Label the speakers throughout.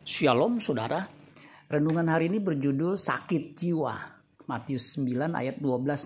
Speaker 1: Shalom saudara, renungan hari ini berjudul sakit jiwa, Matius 9 ayat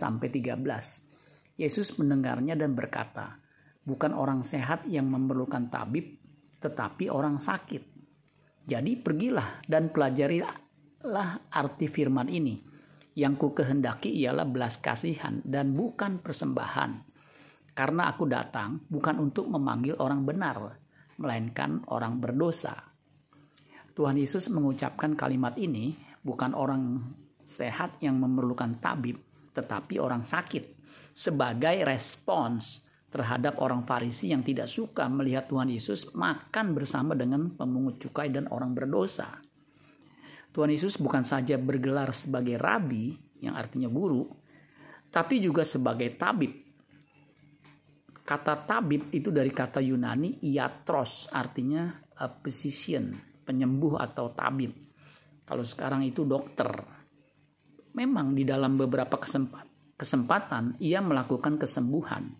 Speaker 1: 12-13. Yesus mendengarnya dan berkata, bukan orang sehat yang memerlukan tabib, tetapi orang sakit. Jadi pergilah dan pelajarilah arti firman ini. Yang ku kehendaki ialah belas kasihan dan bukan persembahan. Karena aku datang bukan untuk memanggil orang benar, melainkan orang berdosa. Tuhan Yesus mengucapkan kalimat ini bukan orang sehat yang memerlukan tabib, tetapi orang sakit, sebagai respons terhadap orang Farisi yang tidak suka melihat Tuhan Yesus makan bersama dengan pemungut cukai dan orang berdosa. Tuhan Yesus bukan saja bergelar sebagai rabi, yang artinya guru, tapi juga sebagai tabib. Kata tabib itu dari kata Yunani iatros, artinya a physician, penyembuh atau tabib. Kalau sekarang itu dokter. Memang di dalam beberapa kesempatan ia melakukan kesembuhan.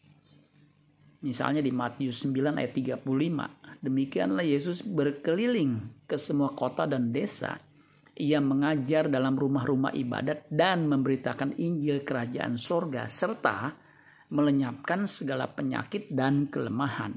Speaker 1: Misalnya di Matius 9 ayat 35. Demikianlah Yesus berkeliling ke semua kota dan desa. Ia mengajar dalam rumah-rumah ibadat dan memberitakan Injil kerajaan sorga serta melenyapkan segala penyakit dan kelemahan.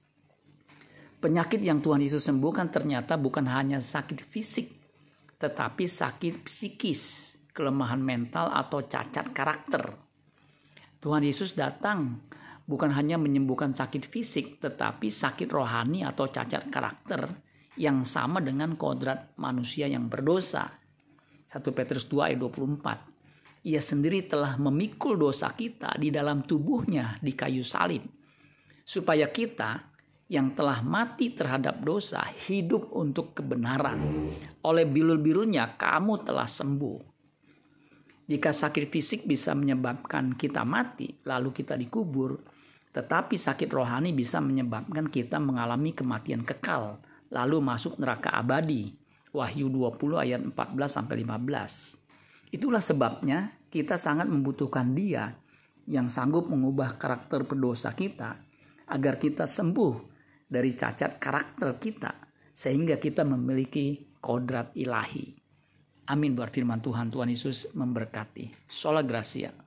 Speaker 1: Penyakit yang Tuhan Yesus sembuhkan ternyata bukan hanya sakit fisik, tetapi sakit psikis, kelemahan mental atau cacat karakter. Tuhan Yesus datang bukan hanya menyembuhkan sakit fisik, tetapi sakit rohani atau cacat karakter yang sama dengan kodrat manusia yang berdosa. 1 Petrus 2 ayat 24. Ia sendiri telah memikul dosa kita di dalam tubuhnya di kayu salib, supaya kita yang telah mati terhadap dosa hidup untuk kebenaran. Oleh bilur-bilurnya kamu telah sembuh. Jika sakit fisik bisa menyebabkan kita mati lalu kita dikubur, tetapi sakit rohani bisa menyebabkan kita mengalami kematian kekal lalu masuk neraka abadi. Wahyu 20 ayat 14-15. Itulah sebabnya kita sangat membutuhkan Dia yang sanggup mengubah karakter berdosa kita agar kita sembuh dari cacat karakter kita sehingga kita memiliki kodrat ilahi. Amin buat firman Tuhan. Tuhan Yesus memberkati. Sola Gracia.